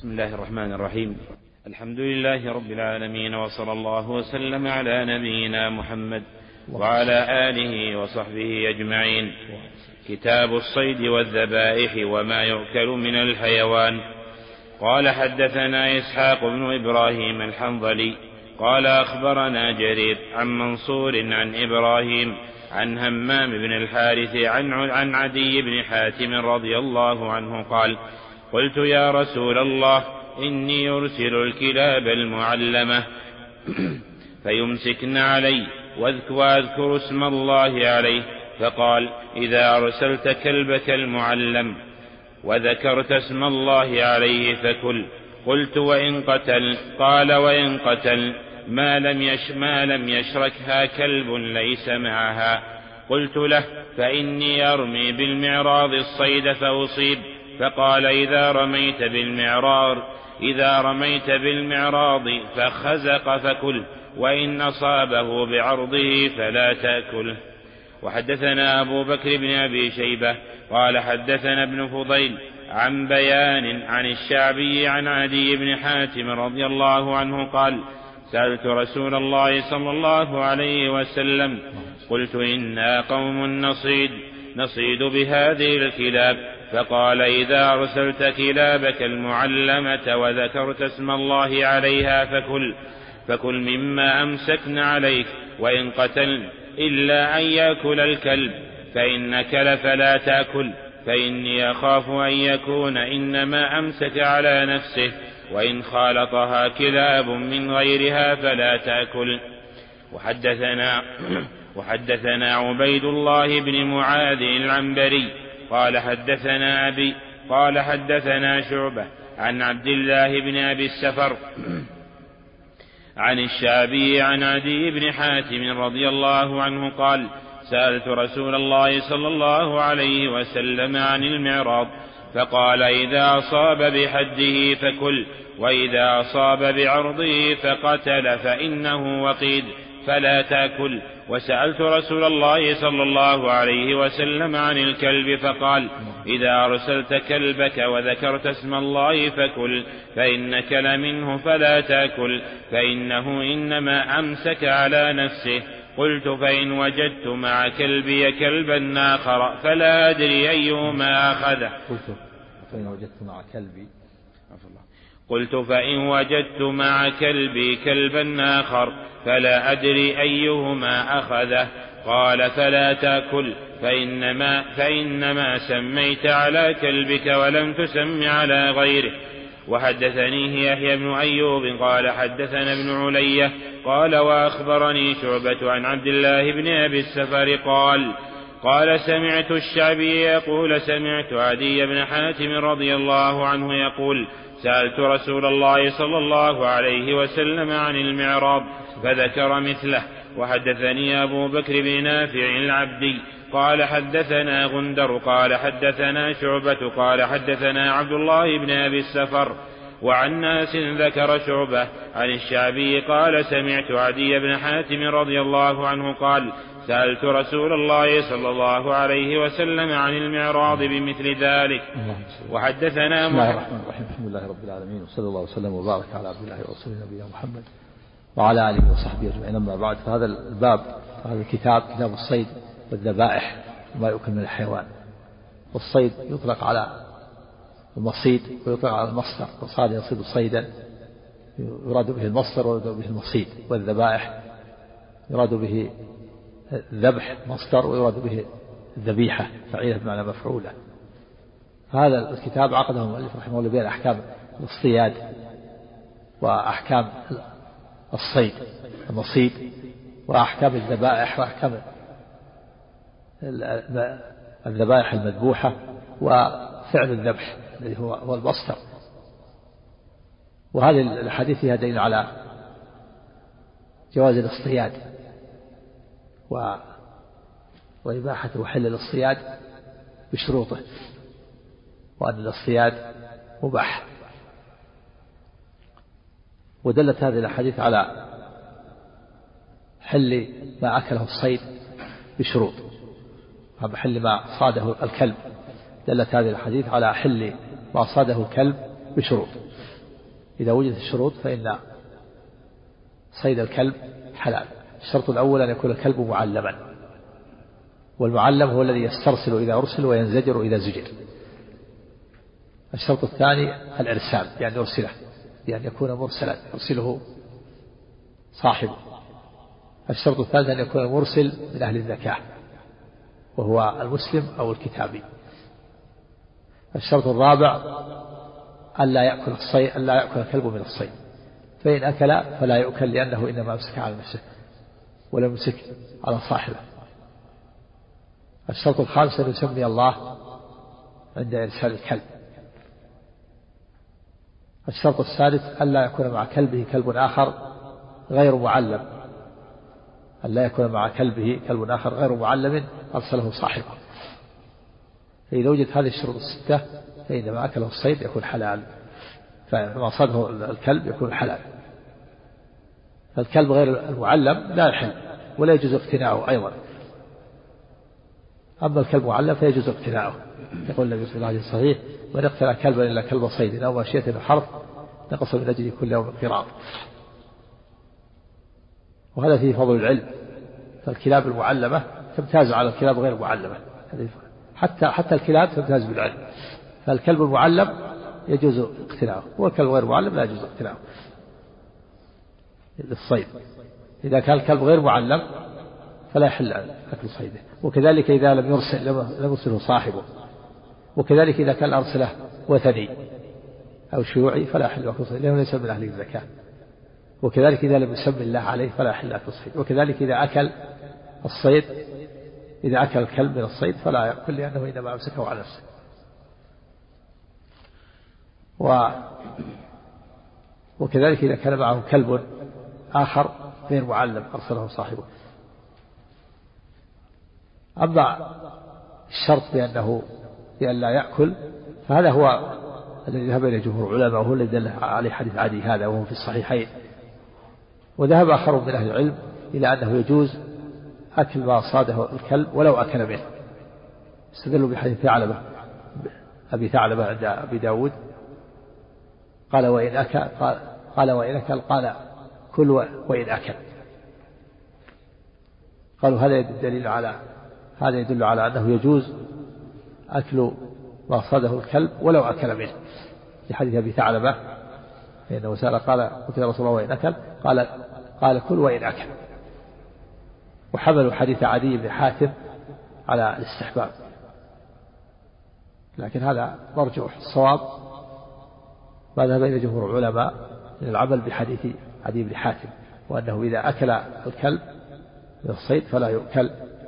بسم الله الرحمن الرحيم. الحمد لله رب العالمين، وصلى الله وسلم على نبينا محمد وعلى آله وصحبه أجمعين. كتاب الصيد والذبائح وما يؤكل من الحيوان. قال حدثنا إسحاق بن إبراهيم الحنظلي قال أخبرنا جرير عن منصور عن إبراهيم عن همام بن الحارث عن عدي بن حاتم رضي الله عنه قال: قلت يا رسول الله إني أرسل الكلاب المعلمة فيمسكن علي وأذكر اسم الله عليه، فقال: إذا أرسلت كلبك المعلم وذكرت اسم الله عليه فكل. قلت: وإن قتل؟ قال: وإن قتل ما لم يشركها كلب ليس معها. قلت له: فإني أرمي بالمعراض الصيد فأصيب. فقال: إذا رميت بالمعراض فخزق فكل، وإن أصابه بعرضه فلا تأكله. وحدثنا أبو بكر بن أبي شيبة قال حدثنا ابن فضيل عن بيان عن الشعبي عن عدي بن حاتم رضي الله عنه قال: سألت رسول الله صلى الله عليه وسلم قلت: إنا قوم نصيد بهذه الكلاب، فقال: إذا أرسلت كلابك المعلمة وذكرت اسم الله عليها فكل مما أمسكن عليك، وإن قتلن إلا أن يأكل الكلب فإن أكل فلا تأكل، فإني أخاف أن يكون إنما أمسك على نفسه، وإن خالطها كلاب من غيرها فلا تأكل. وحدثنا عبيد الله بن معاذ العنبري قال حدثنا أبي قال حدثنا شعبة عن عبد الله بن أبي السفر عن الشعبي عن عدي بن حاتم رضي الله عنه قال: سألت رسول الله صلى الله عليه وسلم عن المعراض، فقال: إذا أصاب بحده فكل، وإذا أصاب بعرضه فقتل فإنه وقيد فلا تأكل. وسألت رسول الله صلى الله عليه وسلم عن الكلب، فقال: إذا أرسلت كلبك وذكرت اسم الله فكل، فإن كل منه فلا تأكل، فإنه إنما أمسك على نفسه. قلت: فإن وجدت مع كلبي كلبا آخر فلا أدري أيهما أخذه. قلت: فإن وجدت مع كلبي كلبا آخر فلا أدري أيهما أخذه. قال: فلا تأكل، فإنما سميت على كلبك ولم تسم على غيره. وحدثنيه يحيى بن أيوب قال حدثنا ابن علية قال: وأخبرني شعبة عن عبد الله بن أبي السفر قال: سمعت الشعبي يقول: سمعت عدي بن حاتم رضي الله عنه يقول: سألت رسول الله صلى الله عليه وسلم عن المعراض فذكر مثله. وحدثني أبو بكر بن نافع العبدي قال حدثنا غندر قال حدثنا شعبة قال حدثنا عبد الله بن أبي السفر وعن ناس ذكر شعبة عن الشعبي قال: سمعت عدي بن حاتم رضي الله عنه قال: سألت رسول الله صلى الله عليه وسلم عن المعراض بمثل ذلك. وحدثنا بسم الله الرحمن الرحيم. الحمد لله رب العالمين، وصلى الله وسلم وبارك على عبد الله ورسوله نبينا محمد وعلى آله وصحبه أجمعين. أما بعد، فهذا الباب، هذا الكتاب كتاب الصيد والذبائح وما يؤكل من الحيوان. والصيد يطلق على المصيد ويطلق على المصدر، وصاد يصيد صيدا يراد به المصدر ويراد به المصيد، والذبائح يراد به الذبح مصدر ويراد به الذبيحة فعيلة بمعنى مفعولة. هذا الكتاب عقده المؤلف رحمه الله بين أحكام الصياد وأحكام الصيد المصيد، وأحكام الذبائح وأحكام الذبائح المذبوحة، وفعل الذبح الذي هو المصدر. وهذه الحديث فيها دليل على جواز الاصطياد وإباحة وحل الاصطياد بشروطه، وأن الاصطياد مباح. ودلت هذه الأحاديث على حل ما أكله الصيد بشروط، محل ما صاده الكلب. دلت هذه الحديث على حل ما صاده الكلب بشروط. إذا وجدت الشروط فإن صيد الكلب حلال. الشرط الأول أن يكون الكلب معلما، والمعلم هو الذي يسترسل إذا أرسل وينزجر إذا زجر. الشرط الثاني الإرسال، يعني يرسله، يعني يكون مرسلا يرسله صاحبه. الشرط الثالث أن يكون المرسل من أهل الزكاة وهو المسلم أو الكتابي. الشرط الرابع ألا يأكل الكلب من الصيد، فإن أكل فلا يؤكل لأنه إنما أمسك على نفسه ولا يمسك على صاحبه. الشرط الخامس أن يسمي الله عند إرسال الكلب. الشرط السادس ألا يكون مع كلبه كلب آخر غير معلم، ألا يكون مع كلبه كلب آخر غير معلم أرسله صاحبه. فإذا وجد هذه الشروط الستة فإنما أكله الصيد يكون حلال، فما صاده الكلب يكون حلال. فالكلب غير المعلم لا يحل ولا يجوز اقتناؤه أيضا. أما الكلب المعلم فيجوز اقتناؤه. يقول النبي صلى الله عليه وسلم صحيح: من اقتنى كلبا إلا كلب صيد أو ماشية حرث نقص من أجله كل يوم قراط. وهذا فيه فضل العلم، فالكلاب المعلمة تمتاز على الكلاب غير المعلمة، حتى الكلاب تمتاز بالعلم. فالكلب المعلم يجوز اقتناؤه، والكلب غير المعلم لا يجوز اقتناؤه للصيد. إذا كان الكلب غير معلم فلا يحل أكل صيده، وكذلك إذا لم يرسله صاحبه، وكذلك إذا كان أرسله وثني أو شيوعي فلا يحل أكل صيده لأنه ليس من أهل الزكاة، وكذلك إذا لم يسمي الله عليه فلا يحل أكل الصيد، وكذلك إذا أكل الصيد، إذا أكل الكلب من الصيد فلا يأكل لأنه إنما أمسكه على نفسه. وكذلك إذا كان معه كلب آخر غير معلم أرسله صاحبه. أما الشرط بأن لا يأكل فهذا هو الذي ذهب إليه جمهور العلماء، وهو الذي دل عليه حديث عدي هذا وهو في الصحيحين. وذهب آخر من أهل العلم إلى أنه يجوز أكل ما صاده الكلب ولو أكل منه. استدلوا بحديث أبي ثعلبة عند أبي داود قال وإن أكل قال كل وإن أكل. قالوا هذا يدل على أنه يجوز أكل ما صاده الكلب ولو أكل منه، في حديث أبي ثعلبة لأنه سأل قال قلت يا رسول الله وإن أكل قال كل وإن أكل. وحملوا حديث عدي بن حاتم على الاستحباب، لكن هذا مرجوح. الصواب ما ذهب إلى جمهور العلماء من العمل بحديث عدي بن حاتم، وأنه إذا أكل الكلب من الصيد فلا يؤكل.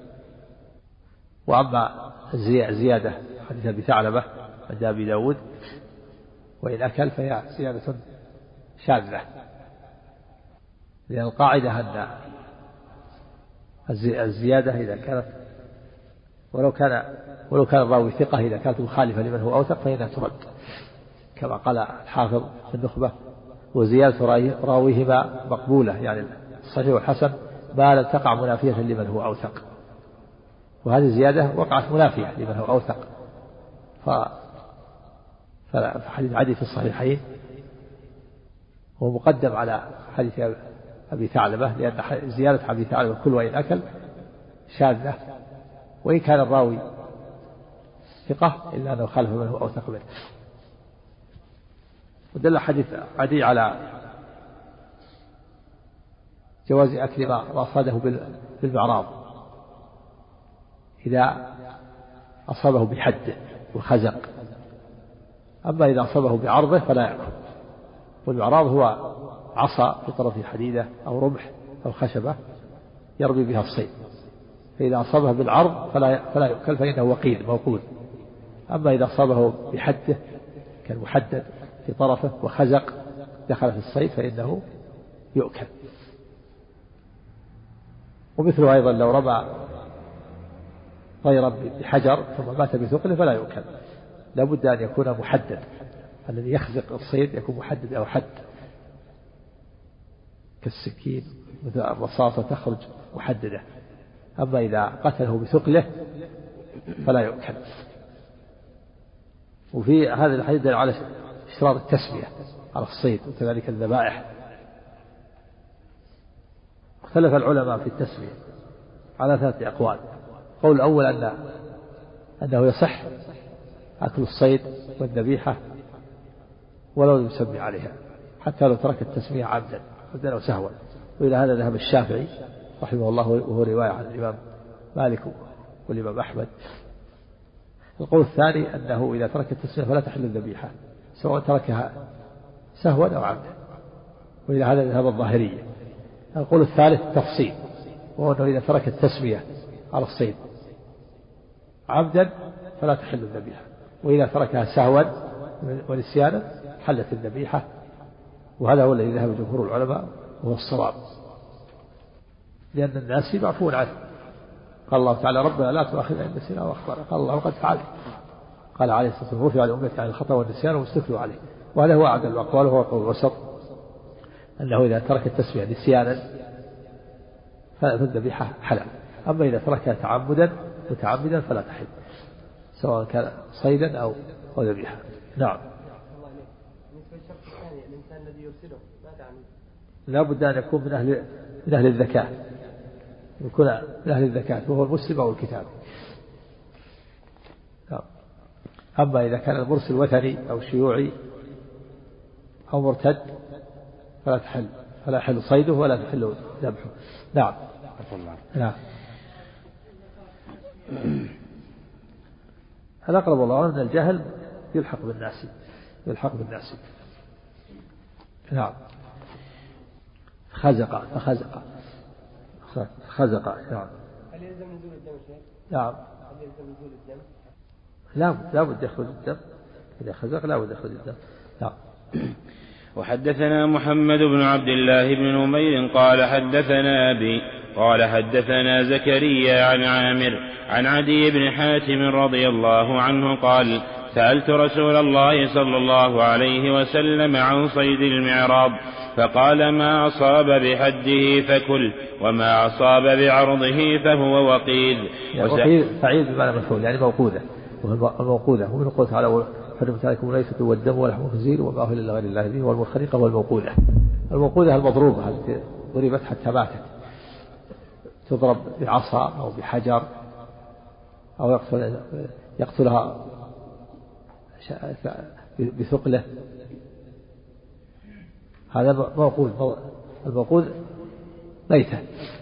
وأما الزيادة حديث أبي ثعلبة عند أبي داود وإن أكل فهي زيادة شاذة، لأن القاعدة أن الزيادة إذا كانت ولو كان الراوي ثقة إذا كانت مخالفة لمن هو أوثق فإنها ترد، كما قال الحافظ في النخبة: وزيادة راويهما مقبولة، يعني الصحيح والحسن ما لم تقع منافية لمن هو أوثق. وهذه الزيادة وقعت منافية لمن هو أوثق، فحديث عدي في الصحيحين هو مقدم على حديث أبي ثعلبة، لأن زيادة أبي ثعلبة كل وإن أكل شاذة، وإن كان الراوي ثقة إلا أنه خالف من هو أوثق منه. ودل حديث عدي على جواز أكل ما صاده بالمعراض إذا أصابه بحده وخزق. أما إذا أصابه بعرضه فلا يأكل. والمعراض هو عصا في طرف حديدة أو رمح أو خشبة يرمي بها الصيد، فإذا أصابه بالعرض فلا يؤكل فإنه وقيد موقود. أما إذا أصابه بحده كان محدد في طرفه وخزق دخل في الصيد فإنه يؤكل. ومثله أيضا لو رمى طيرا بحجر ثم مات بثقله فلا يؤكل، لابد أن يكون محدد، الذي يخزق الصيد يكون محدد أو حد كالسكين مثل الرصاصة تخرج محددة. أما إذا قتله بثقله فلا يؤكل. وفي هذا الحديث على اشتراط التسمية على الصيد وكذلك الذبائح. اختلف العلماء في التسمية على 3 أقوال. قول الأول أنه يصح أكل الصيد والذبيحة ولو لم يسمي عليها حتى لو ترك التسمية عمدا أو سهوا، وإلى هذا ذهب الشافعي رحمه الله وهو رواية عن الإمام مالك والإمام أحمد. القول الثاني أنه إذا ترك التسمية فلا تحل الذبيحة سواء تركها سهوا أو عمدا، وإلى هذا ذهب الظاهرية. القول الثالث تفصيل، وهو أنه إذا ترك التسمية على الصيد عمدا فلا تحل الذبيحة، وإذا تركها سهوا ونسيانا حلت الذبيحة. وهذا هو الذي ذهب جمهور العلماء وهو الصواب، لأن الناس معفون عنه. قال الله تعالى ربنا لا تؤاخذنا إن نسينا وأخطأنا، قال الله قد فعل. قال عليه الصلاة والسلام رفع الأمة عن الخطأ والنسيان واستكلوا عليه. وهذا هو أعدل الأقوال وهو قول الوسط، أنه إذا ترك التسمية نسيانا فالذبيحة حلال، أما إذا تركها متعمدا فلا تحل سواء كان صيدا أو ذبيحة. نعم. الإنسان الذي يرسله ماذا عنه؟ لا بد أن يكون من أهل الذكاء، يكون من أهل الذكاء وهو المسلم أو الكتاب. أما إذا كان المرسل وثني أو شيوعي أو مرتد فلا يحل صيده ولا تحل ذبحه. نعم. نعم. الأقرب والله أن الجهل يلحق بالناس. نعم. خزق. نعم. هل يلزم نزول الدم شيء؟ نعم. هل يلزم نزول الدم؟ لا بد يخرج الدم، إذا خزق لا بد يخرج الدم. نعم. وحدثنا محمد بن عبد الله بن نمير قال حدثنا أبي قال حدثنا زكريا عن عامر عن عدي بن حاتم رضي الله عنه قال سألت رسول الله صلى الله عليه وسلم عن صيد المعراض فقال ما أصاب بحده فكل وما أصاب بعرضه فهو وقيد. وقيد فعيل بمعنى مفعول يعني موقوذة، والموقوذة ومن قوله تعالى حرمت عليكم الميتة والدم ولحم الخنزير وما أهل لغير الله به والمنخنقة والموقوذة. الموقوذة المضروبة التي ضربت حتى ماتت، تضرب بعصا أو بحجر أو يقتلها بثقله، هذا موقوذ. الموقوذ ميتة.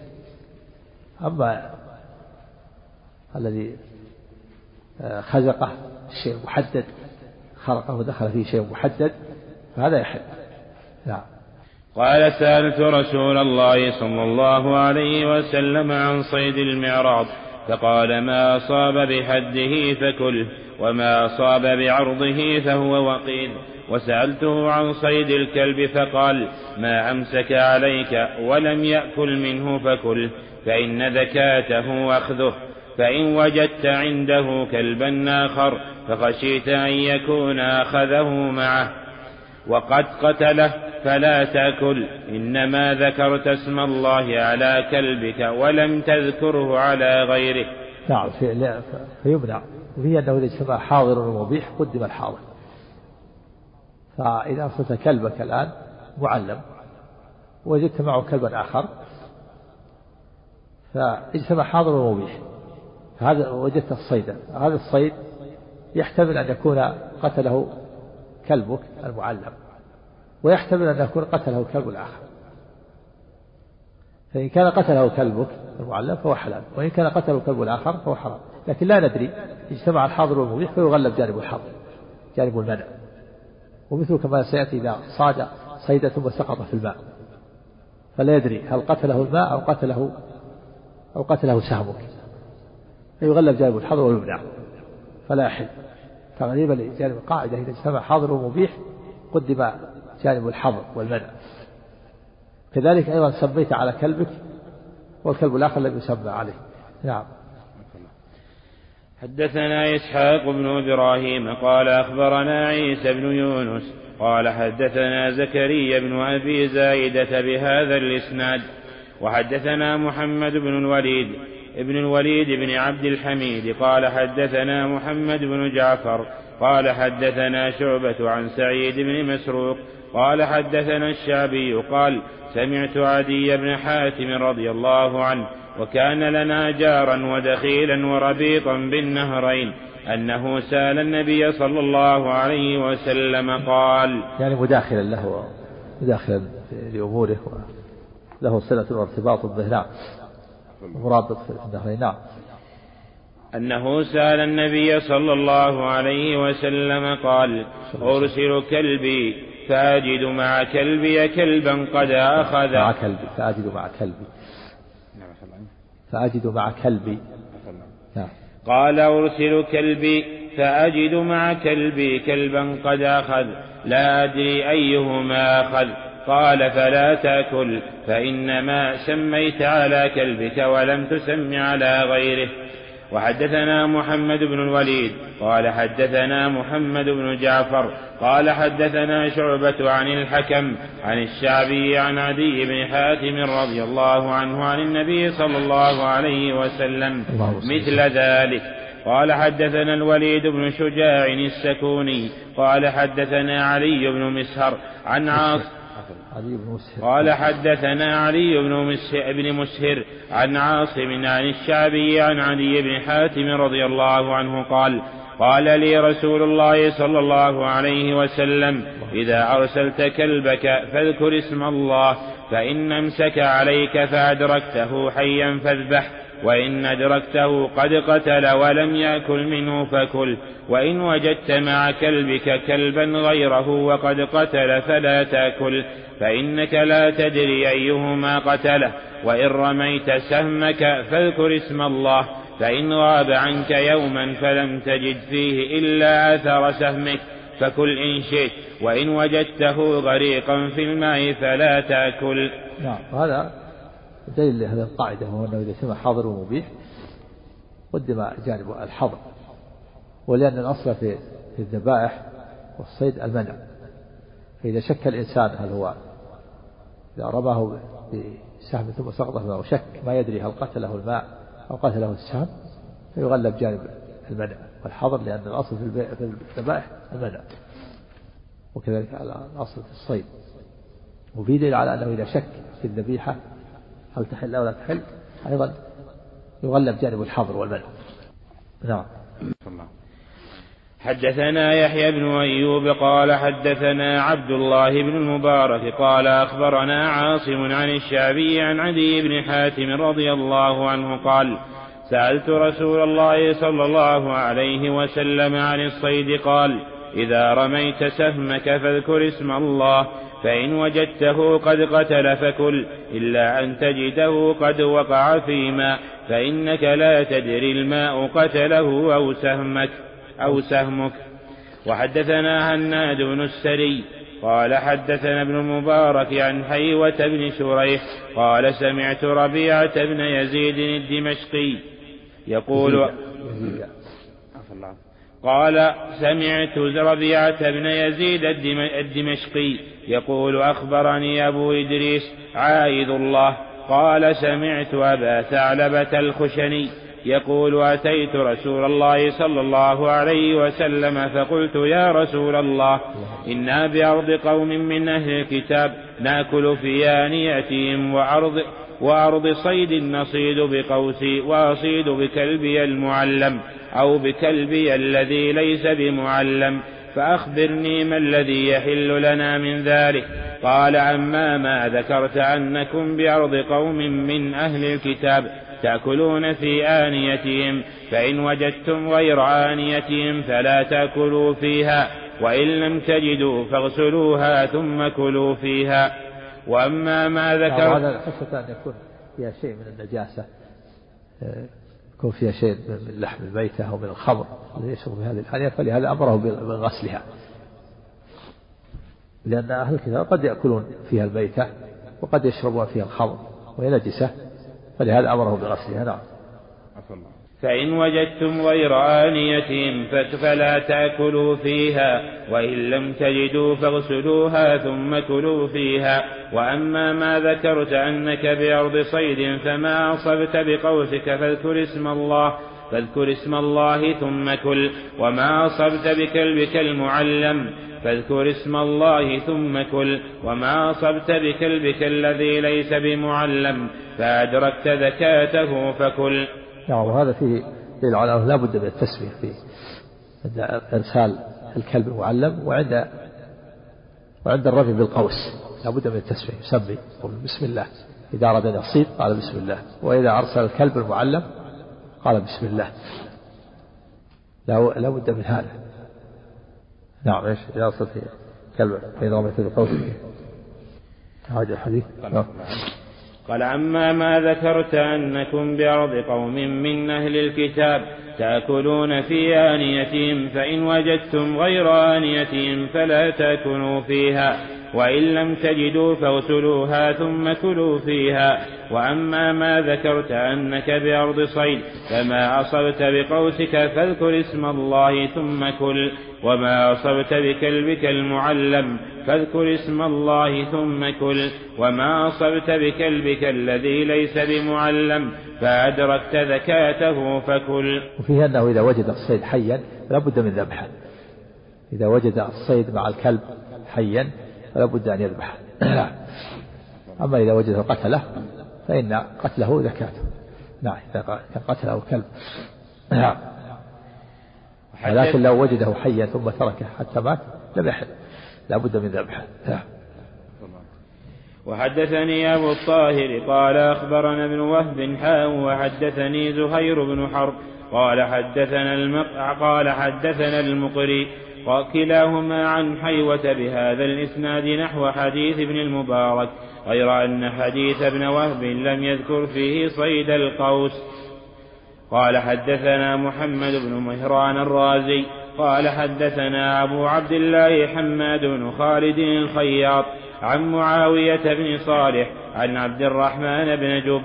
أما الذي خزقه شيء محدد، خرقه ودخل فيه شيء محدد، فهذا يحل. نعم. قال سألت رسول الله صلى الله عليه وسلم عن صيد المعراض فقال ما أصاب بحده فكل وما أصاب بعرضه فهو وقيد. وسألته عن صيد الكلب فقال ما أمسك عليك ولم يأكل منه فكل فإن ذكاته أخذه، فإن وجدت عنده كلبا آخر فخشيت أن يكون أخذه معه وقد قتله فلا تأكل، إنما ذكرت اسم الله على كلبك ولم تذكره على غيره. نعم. فيمنع، وهي أنه إذا اجتمع حاضر ومبيح قدم الحاضر. فإذا أرسلت كلبك الآن معلم وجدت معه كلبا آخر فاجتمع حاضر ومبيح، فهذا وجدت الصيد، هذا الصيد يحتمل أن يكون قتله كلبك المعلم ويحتمل أن يكون قتله الكلب الآخر. فإن كان قتله كلبك المعلم فهو حلال، وإن كان قتله الكلب الآخر فهو حرام. لكن لا ندري، اجتمع الحاضر والمبيح فيغلب جانب الحظر جانب المنع. ومثل كما سيأتي إذا صاد صيدة وسقط في الماء فلا يدري هل قتله الماء أو قتله سهمك، فيغلب جانب الحظر والمنع فلا يحل تغليبا لجانب القاعدة. إذا اجتمع حاضر ومبيح قدم جانب الحظر والمنع. كذلك أيضا سميت على كلبك والكلب الآخر لم يسمى عليه. نعم. حدثنا إسحاق بن إبراهيم قال أخبرنا عيسى بن يونس قال حدثنا زكريا بن أبي زايدة بهذا الإسناد. وحدثنا محمد بن الوليد بن عبد الحميد قال حدثنا محمد بن جعفر قال حدثنا شعبة عن سعيد بن مسروق قال حدثنا الشعبي قال سمعت عدي بن حاتم رضي الله عنه وكان لنا جارا ودخيلا وربيطا بالنهرين أنه سأل النبي صلى الله عليه وسلم قال يعني مداخلا له مداخلا لأموره له صلة وارتباط به نعم مرابط في النهرين نعم أنه سأل النبي صلى الله عليه وسلم قال أرسل كلبي فأجد مع كلبي كلبا قد أخذ مع كلبي فأجد مع كلبي نعم. قال أرسل كلبي فأجد مع كلبي كلبا قد أخذ لا أدري أيهما أخذ قال فلا تأكل فإنما سميت على كلبك ولم تسم على غيره. وحدثنا محمد بن الوليد قال حدثنا محمد بن جعفر قال حدثنا شعبة عن الحكم عن الشعبي عن عدي بن حاتم رضي الله عنه عن النبي صلى الله عليه وسلم مثل ذلك. قال حدثنا الوليد بن شجاع السكوني قال حدثنا علي بن مسهر عن عاصم قال حدثنا علي بن مسهر عن عاصم عن الشعبي عن علي بن حاتم رضي الله عنه قال قال لي رسول الله صلى الله عليه وسلم إذا أرسلت كلبك فاذكر اسم الله فإن أمسك عليك فأدركته حيا فاذبح وإن أدركته قد قتل ولم يأكل منه فكل وإن وجدت مع كلبك كلبا غيره وقد قتل فلا تأكل فإنك لا تدري أيهما قتله وإن رميت سهمك فاذكر اسم الله فإن غاب عنك يوما فلم تجد فيه إلا أثر سهمك فكل إن شئت وإن وجدته غريقا في الماء فلا تأكل. نعم هذا دليل لهذه القاعدة وهو أنه إذا سمع حاضر ومبيح قدم جانب الحظر ولأن الأصل في الذبائح والصيد المنع. فإذا شك الإنسان هل هو إذا رماه بسهم ثم سقط في الماء وشك ما يدري هل قتله الماء أو قتله السهم فيغلب جانب المنع والحظر لأن الأصل في الذبائح المنع وكذلك على الأصل في الصيد. وفي دليل على أنه إذا شك في الذبيحة هل تحل أو لا تحل أيضا يغلب جانب الحظر والمنع. نعم. حدثنا يحيى بن أيوب قال حدثنا عبد الله بن المبارك قال أخبرنا عاصم عن الشعبي عن عدي بن حاتم رضي الله عنه قال سألت رسول الله صلى الله عليه وسلم عن الصيد قال إذا رميت سهمك فاذكر اسم الله فإن وجدته قد قتل فكل إلا أن تجده قد وقع في ماء فإنك لا تدري الماء قتله أو سهمك. وحدثنا هناد بن السري قال حدثنا ابن المبارك عن حيوة بن شريح قال سمعت ربيعة بن يزيد الدمشقي يقول قال سمعت ربيعة بن يزيد الدمشقي يقول أخبرني أبو إدريس عايذ الله قال سمعت أبا ثعلبة الخشني يقول أتيت رسول الله صلى الله عليه وسلم فقلت يا رسول الله إنا بأرض قوم من أهل الكتاب نأكل في آنيتهم وأرض صيد نصيد بقوسي وأصيد بكلبي المعلم أو بكلبي الذي ليس بمعلم فأخبرني ما الذي يحل لنا من ذلك. قال أما ما ذكرت أنكم بأرض قوم من أهل الكتاب تأكلون في آنيتهم فإن وجدتم غير آنيتهم فلا تأكلوا فيها وإن لم تجدوا فاغسلوها ثم كلوا فيها. وأما ما ذكر هذا خشية أن يكون فيها شيء من النجاسة يكون فيها شيء من لحم الميتة أو من الخمر الذي يشرب في هذه الحالة فلهذا أمره بغسلها لأن أهل الكتاب قد يأكلون فيها الميتة وقد يشربون فيها الخمر وهي نجسة فلهذا أمره بغسلها. نعم. فإن وجدتم غير آنيتهم فلا تأكلوا فيها وإن لم تجدوا فاغسلوها ثم كلوا فيها. وأما ما ذكرت أنك بأرض صيد فما أصبت بقوسك فاذكر اسم الله فاذكر اسم الله ثم كل، وما أصبت بكلبك المعلم فاذكر اسم الله ثم كل، وما أصبت بكلبك الذي ليس بمعلم فأدركت ذكاته فكل. نعم. وهذا فيه للعلماء لا بد من التسمية في إرسال الكلب المعلم، وعند الرمي بالقوس لا بد من التسمية، يسمي بسم الله إذا أراد أن يصيد قال بسم الله، وإذا أرسل الكلب المعلم قال بسم الله، لا بد من هذا. نعم. إيش إذا أرسل كلب فإذا رميت بالقوس هذا الحديث. قال أما ما ذكرت أنكم بأرض قوم من أهل الكتاب تأكلون في آنيتهم، فإن وجدتم غير آنيتهم فلا تأكلوا فيها، وإن لم تجدوا فاغسلوها ثم كلوا فيها. وأما ما ذكرت أنك بأرض صيد فما أصبت بقوسك فاذكر اسم الله ثم كل، وما أصبت بكلبك المعلم فاذكر اسم الله ثم كل، وما أصبت بكلبك الذي ليس بمعلم فأدركت ذكاته فكل. وفيه أنه إذا وجد الصيد حيا لا بد من ذبحه، إذا وجد الصيد مع الكلب حيا فلا بد أن يذبحه. أما إذا وجد قتله فإن قتله ذكاته. نعم. إذا قتله كلب. نعم. ولكن لو وجده حيا ثم تركه حتى مات لم يحل، لا بد من ذبحه. وحدثني أبو الطاهر قال أخبرنا ابن وهب وحدثني زهير بن حرب قال حدثنا المقري وكلاهما عن حيوة بهذا الإسناد نحو حديث ابن المبارك، غير أن حديث ابن وهب لم يذكر فيه صيد القوس. قال حدثنا محمد بن مهران الرازي قال حدثنا أبو عبد الله حماد بن خالد الخياط عن معاوية بن صالح عن عبد الرحمن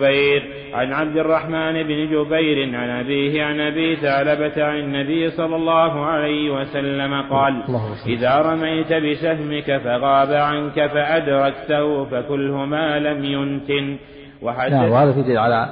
بن جبير عن أبيه عن أبي ثعلبة عن النبي صلى الله عليه وسلم قال: إذا رميت بسهمك فغاب عنك فأدركته فكله ما لم ينتن. وهذا في دليل على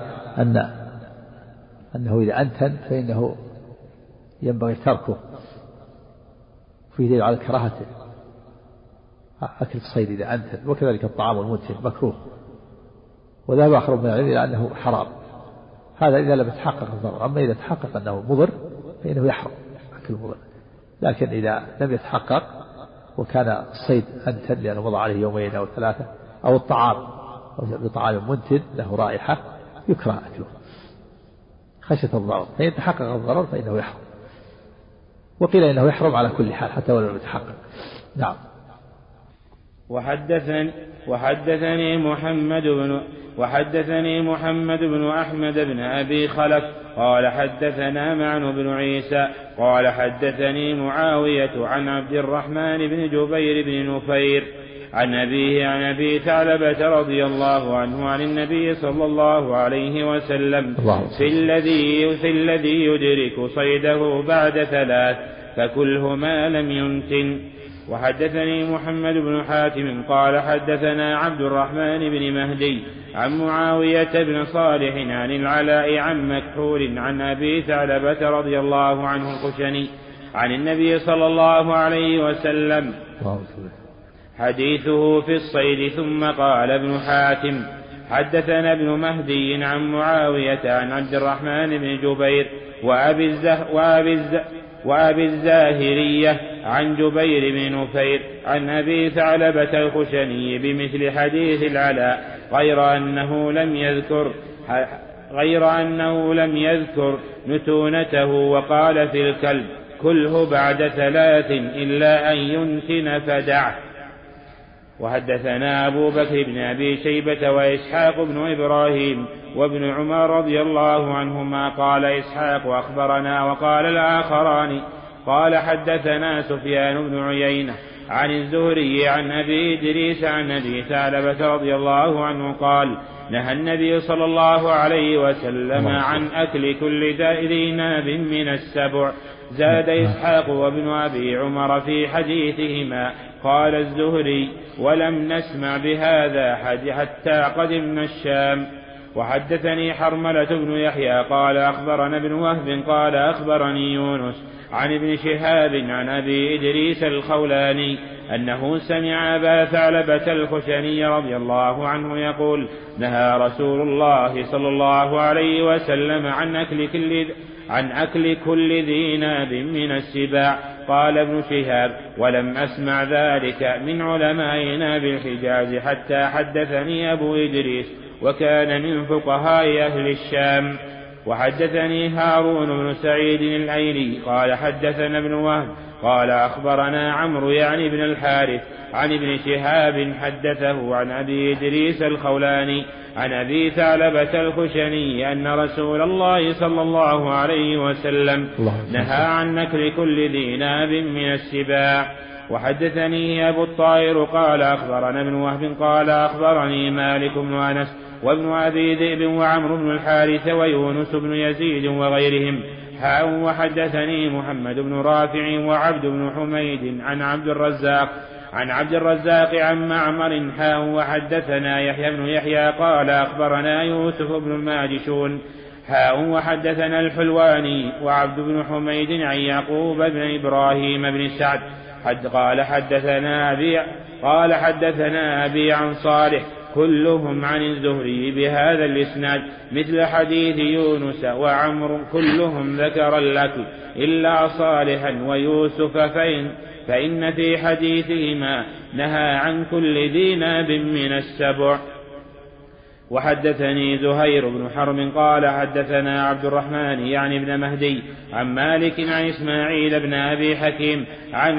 أنه إذا أنتن فإنه ينبغي تركه، في دليل على كراهته أكل الصيد إذا أنتن، وكذلك الطعام المنتن مكروه. وذهب آخر من العلم إلى أنه حرام، هذا إذا لم يتحقق الضرر. أما إذا تحقق أنه مضر فإنه يحرم أكل مضر، لكن إذا لم يتحقق وكان الصيد أنتن لأنه مضى عليه يومين أو ثلاثة، أو الطعام بطعام منتن له رائحة يكره أكله خشية الضرر، فإن تحقق الضرر فإنه يحرم. وقيل إنه يحرم على كل حال حتى ولو لم يتحقق. نعم. وحدثني محمد بن أحمد بن أبي خلف قال حدثنا معن بن عيسى قال حدثني معاوية عن عبد الرحمن بن جبير بن نفير عن أبيه عن أبي ثعلبة رضي الله عنه عن النبي صلى الله عليه وسلم في الذي يدرك صيده بعد 3 فكله ما لم ينتن. وحدثني محمد بن حاتم قال حدثنا عبد الرحمن بن مهدي عن معاوية بن صالح عن العلاء عن مكحول عن أبي ثعلبة رضي الله عنه الخشني عن النبي صلى الله عليه وسلم حديثه في الصيد. ثم قال ابن حاتم حدثنا ابن مهدي عن معاوية عن عبد الرحمن بن جبير وأبي الزاهرية عن جبير بن نفير عن أبي ثعلبة الخشني بمثل حديث العلاء، غير أنه لم يذكر نتونته. وقال في الكلب: كله بعد 3 إلا أن ينتن فدعه. وحدثنا أبو بكر بن أبي شيبة وإسحاق بن إبراهيم وابن عمر رضي الله عنهما. قال إسحاق أخبرنا، وقال الآخران قال حدثنا سفيان بن عيينة عن الزهري عن أبي إدريس عن أبي ثعلبة رضي الله عنه قال: نهى النبي صلى الله عليه وسلم عن أكل كل ذي ناب من السبع. زاد إسحاق وابن أبي عمر في حديثهما. قال الزهري: ولم نسمع بهذا حتى قدمنا الشام. وحدثني حرملة بن يحيى قال أخبرنا ابن وهب قال أخبرني يونس عن ابن شهاب عن أبي إدريس الخولاني أنه سمع أبا ثعلبة الخشني رضي الله عنه يقول نهى رسول الله صلى الله عليه وسلم عن أكل كل ذي ناب من السباع. قال ابن شهاب ولم أسمع ذلك من علمائنا بالحجاز حتى حدثني أبو إدريس وكان من فقهاء أهل الشام. وحدثني هارون بن سعيد الأيلي قال حدثنا ابن وهب قال أخبرنا عمرو يعني بن الحارث عن ابن شهاب حدثه عن أبي إدريس الخولاني عن أبي ثعلبة الخشني أن رسول الله صلى الله عليه وسلم نهى عن نكل كل ذي ناب من السباع. وحدثني أبو الطاهر قال أخبرنا ابن وهب قال أخبرني مالك بن أنس وابن أبي ذئب وعمرو بن الحارث ويونس بن يزيد وغيرهم وحدثني محمد بن رافع وعبد بن حميد عن عبد الرزاق عن معمر وحدثنا يحيى بن يحيى قال أخبرنا يوسف بن الماجشون وحدثنا الحلواني وعبد بن حميد عن يعقوب بن إبراهيم بن سعد قال حدثنا أبي عن صالح كلهم عن الزهري بهذا الإسناد مثل حديث يونس وعمر كلهم ذكر الأكل إلا صالحا ويوسف فإن في حديثهما نهى عن كل ذي ناب من السبع. وحدثني زهير بن حرب قال حدثنا عبد الرحمن يعني ابن مهدي عن مالك عن إسماعيل بن أبي حكيم عن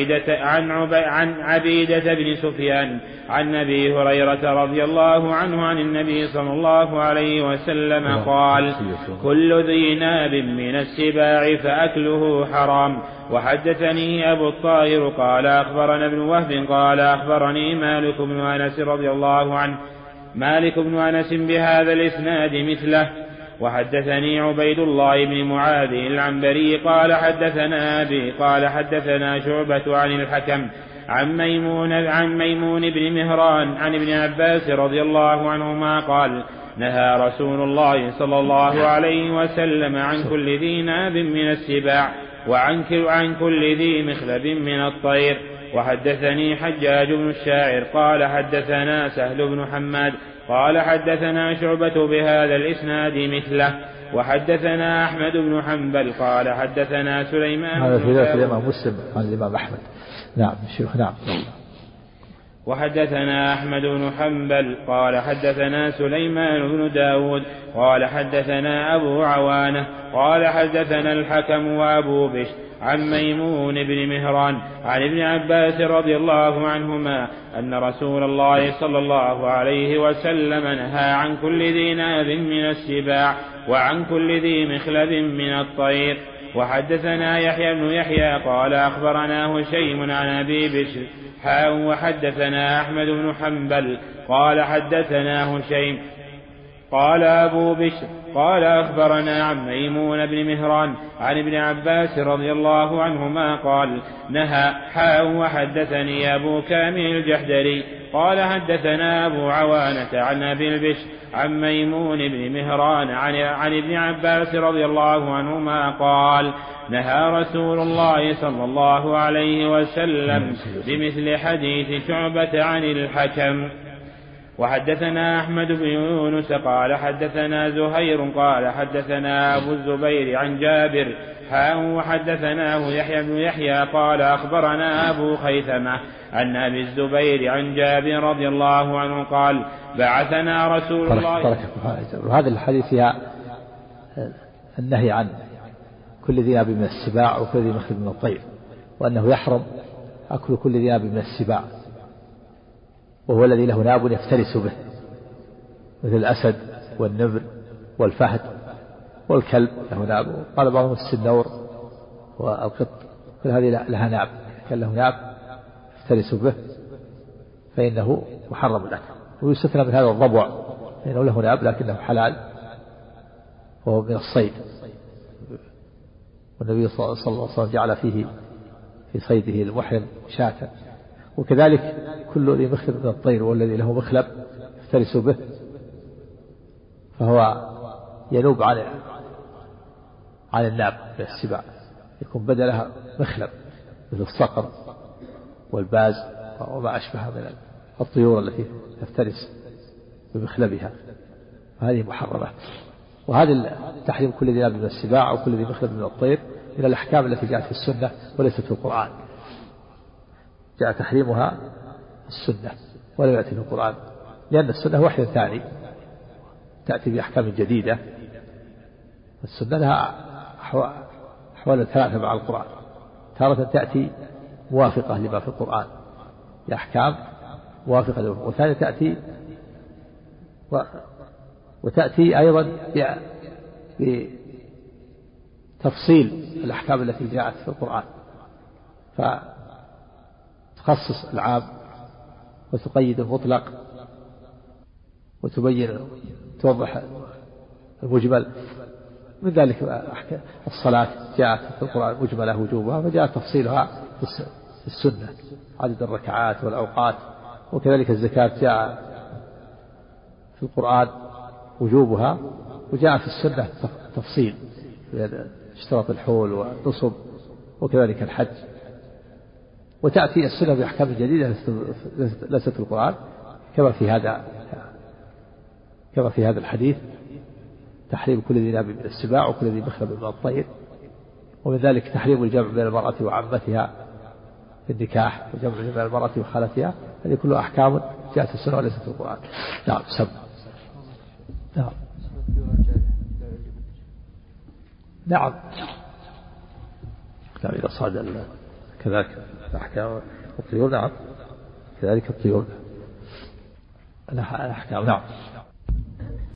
عبيدة بن سفيان عن أبي هريرة رضي الله عنه عن النبي صلى الله عليه وسلم قال كل ذي ناب من السباع فأكله حرام. وحدثني أبو الطاهر قال أخبرنا ابن وهب قال أخبرني مالك بن أنس رضي الله عنه مالك بن أنس بهذا الإسناد مثله. وحدثني عبيد الله بن معاذ العنبري قال حدثنا أبي قال حدثنا شعبة عن الحكم عن ميمون بن مهران عن ابن عباس رضي الله عنهما قال نهى رسول الله صلى الله عليه وسلم عن كل ذي ناب من السباع وعن كل ذي مخلب من الطير. وحدثني حجاج بن الشاعر قال حدثنا سهل بن حماد قال حدثنا شعبة بهذا الإسناد مثله. وحدثنا أحمد بن حنبل قال حدثنا سليمان هذا في ذات الإمام مسلم عن الإمام أحمد. نعم الشيخ. نعم. وحدثنا أحمد بن حنبل قال حدثنا سليمان بن داود قال حدثنا أبو عوانة قال حدثنا الحكم وأبو بشر عن ميمون بن مهران عن ابن عباس رضي الله عنهما أن رسول الله صلى الله عليه وسلم نهى عن كل ذي ناب من السباع وعن كل ذي مخلب من الطير. وحدثنا يحيى بن يحيى قال أخبرنا هشيم عن أبي بشر وحدثنا أحمد بن حنبل قال حدثنا هشيم قال أبو بشر قال أخبرنا عن ميمون بن مهران عن ابن عباس رضي الله عنهما قال نهى وحدثني أبو كامل الجحدري قال حدثنا أبو عوانة عن أبي البشر عن ميمون بن مهران عن ابن عباس رضي الله عنهما قال نهى رسول الله صلى الله عليه وسلم بمثل حديث شعبة عن الحكم. وحدثنا أحمد بن يونس قال حدثنا زهير قال حدثنا أبو الزبير عن جابر وحدثناه يحيى بن يحيى قال أخبرنا أبو خيثمة عن أبي الزبير عن جابر رضي الله عنه قال بعثنا رسول الله. هذا الحديث فيها النهي عن كل ذي ناب من السباع وكل ذي مخلب من الطير وأنه يحرم أكل كل ذي ناب من السباع وهو الذي له ناب يفترس به مثل الأسد والنمر والفهد والكلب له ناب. قال بعضهم السنور والقط كل هذه لها ناب كان له ناب يفترس به فإنه محرم لك. ويستثنى من هذا الضبع فإنه له ناب لكنه حلال وهو من الصيد والنبي صلى الله عليه وسلم جعل فيه في صيده المحرم شاة. وكذلك كل ذي مخلب من الطير والذي له مخلب يفترس به فهو ينوب عن الناب من السباع، يكون بدلها مخلب مثل الصقر والباز وما أشبه من الطيور التي تفترس بمخلبها، هذه محرمة. وهذا تحريم كل ذي ناب من السباع وكل ذي مخلب من الطير من الأحكام التي جاءت في السنة وليست في القرآن، جاء تحريمها السنة ولا يأتي في القرآن، لأن السنة وحي ثاني تأتي بأحكام جديدة. السنة لها أحوال ثلاثة مع القرآن، تارة تأتي موافقة لما في القرآن لأحكام موافقة له، وثانية وتأتي أيضا بتفصيل الأحكام التي جاءت في القرآن، فتخصص العام وتقيد المطلق وتبين توضح المجمل. من ذلك الصلاة جاءت في القرآن مجملة وجوبها، فجاء تفصيلها في السنة عدد الركعات والأوقات، وكذلك الزكاة جاء في القرآن وجوبها وجاء في السنة تفصيل اشتراط الحول والنصب وكذلك الحج. وتأتي السنة بأحكام جديدة ليست في القرآن كما في هذا الحديث تحريم كل ذي ناب من السباع وكل ذي مخلب من الطير، ومن ذلك تحريم الجمع بين المرأة وعمتها في النكاح وجمع بين المرأة وخالتها، هذه كلها أحكام جاءت في السنة وليست في القرآن. نعم سم. نعم نعم إذا صاد كذلك أحكام الطيور. نعم كذلك الطيور الأحكام. نعم.